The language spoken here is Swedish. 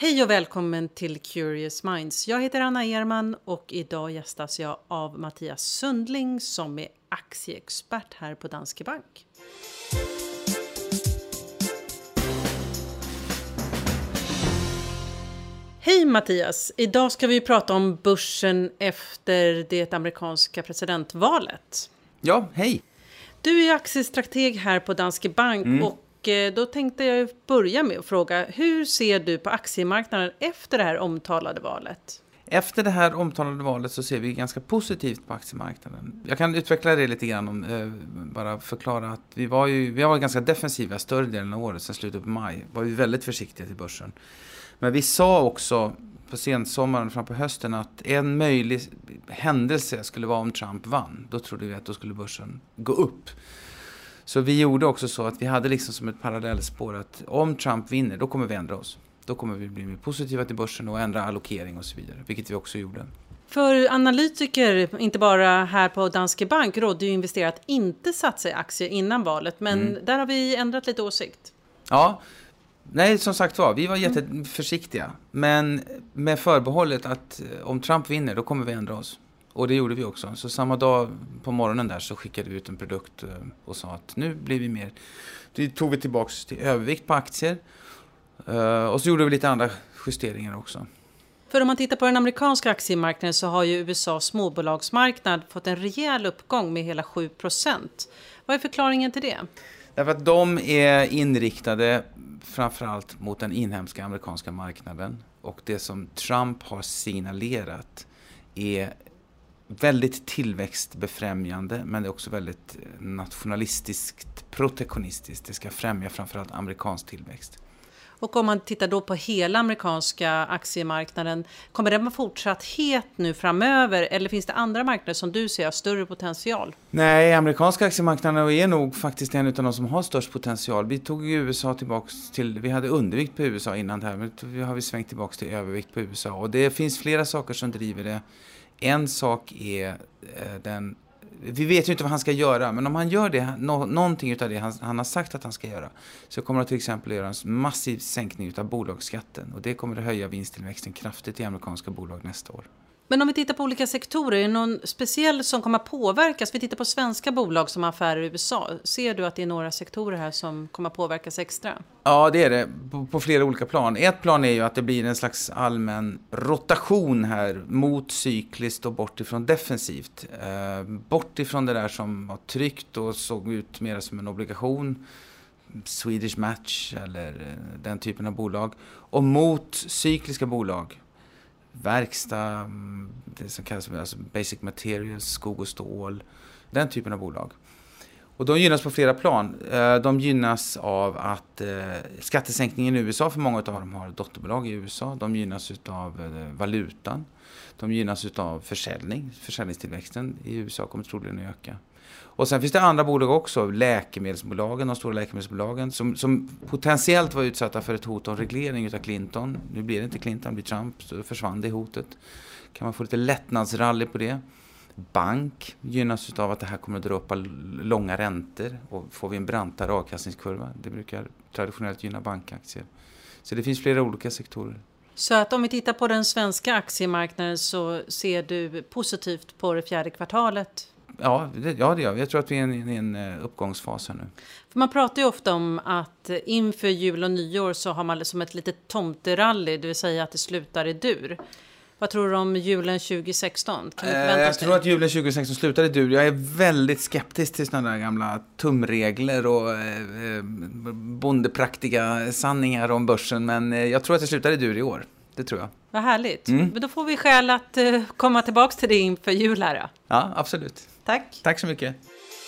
Hej och välkommen till Curious Minds. Jag heter Anna Erman och idag gästas jag av Mattias Sundling som är aktieexpert här på Danske Bank. Hej Mattias! Idag ska vi prata om börsen efter det amerikanska presidentvalet. Ja, hej! Du är aktiestrateg här på Danske Bank och då tänkte jag börja med att fråga, hur ser du på aktiemarknaden efter det här omtalade valet? Efter det här omtalade valet så ser vi ganska positivt på aktiemarknaden. Jag kan utveckla det lite grann bara förklara att vi var ganska defensiva större delen av året, sen slutet på maj. Var vi väldigt försiktiga till börsen. Men vi sa också på sensommaren fram på hösten att en möjlig händelse skulle vara om Trump vann. Då trodde vi att då skulle börsen gå upp. Så vi gjorde också så att vi hade liksom som ett parallellspår att om Trump vinner, då kommer vi ändra oss. Då kommer vi bli mer positiva till börsen och ändra allokering och så vidare, vilket vi också gjorde. För analytiker, inte bara här på Danske Bank, rådde ju investera att inte satsa i aktier innan valet. Men där har vi ändrat lite åsikt. Ja, nej som sagt var, vi var jätteförsiktiga. Men med förbehållet att om Trump vinner, då kommer vi ändra oss. Och det gjorde vi också. Så samma dag på morgonen där så skickade vi ut en produkt och sa att nu blir vi mer... Det tog vi tillbaka till övervikt på aktier. Och så gjorde vi lite andra justeringar också. För om man tittar på den amerikanska aktiemarknaden så har ju USAs småbolagsmarknad fått en rejäl uppgång med hela 7%. Vad är förklaringen till det? Därför att de är inriktade framförallt mot den inhemska amerikanska marknaden. Och det som Trump har signalerat är väldigt tillväxtbefrämjande, men det är också väldigt nationalistiskt, protektionistiskt. Det ska främja framförallt amerikansk tillväxt. Och om man tittar då på hela amerikanska aktiemarknaden, kommer den vara fortsatt het nu framöver eller finns det andra marknader som du ser har större potential? Nej, amerikanska aktiemarknaden är nog faktiskt en av de som har störst potential. Vi tog ju USA tillbaka till, vi hade undervikt på USA innan det här, men nu har vi svängt tillbaka till övervikt på USA. Och det finns flera saker som driver det. En sak är vi vet ju inte vad han ska göra, men om han gör det, någonting utav det han har sagt att han ska göra, så kommer han till exempel göra en massiv sänkning av bolagsskatten. Och det kommer att höja vinsttillväxten kraftigt i amerikanska bolag nästa år. Men om vi tittar på olika sektorer, är det någon speciell som kommer att påverkas? Vi tittar på svenska bolag som har affärer i USA. Ser du att det är några sektorer här som kommer att påverkas extra? Ja, det är det. På flera olika plan. Ett plan är ju att det blir en slags allmän rotation här mot cykliskt och bort ifrån defensivt. Bort ifrån det där som var tryggt och såg ut mer som en obligation. Swedish Match eller den typen av bolag. Och mot cykliska bolag. Verkstad, det som kallas alltså basic materials, skog och stål, den typen av bolag. Och de gynnas på flera plan. De gynnas av att skattesänkningen i USA, för många av dem har dotterbolag i USA. De gynnas av valutan. De gynnas av försäljningstillväxten i USA kommer troligen att öka. Och sen finns det andra bolag också, läkemedelsbolagen, de stora läkemedelsbolagen som potentiellt var utsatta för ett hot om reglering utav Clinton. Nu blir det inte Clinton, det blir Trump, så försvann det hotet. Kan man få lite lättnadsrally på det? Bank gynnas av att det här kommer att dra upp långa räntor och får vi en brantare avkastningskurva. Det brukar traditionellt gynna bankaktier. Så det finns flera olika sektorer. Så att om vi tittar på den svenska aktiemarknaden så ser du positivt på det fjärde kvartalet? Ja, det gör jag. Jag tror att vi är i en uppgångsfas här nu. För man pratar ju ofta om att inför jul och nyår så har man som ett litet tomterally, det vill säga att det slutar i dur. Vad tror du om julen 2016? Kan vi förvänta oss det? tror att julen 2016 slutar i dur. Jag är väldigt skeptisk till sådana där gamla tumregler och bondepraktiga sanningar om börsen. Men jag tror att det slutar i dur i år. Det tror jag. Vad härligt. Men då får vi skäl att komma tillbaka till det inför jul här. Ja, absolut. Tack. Tack så mycket.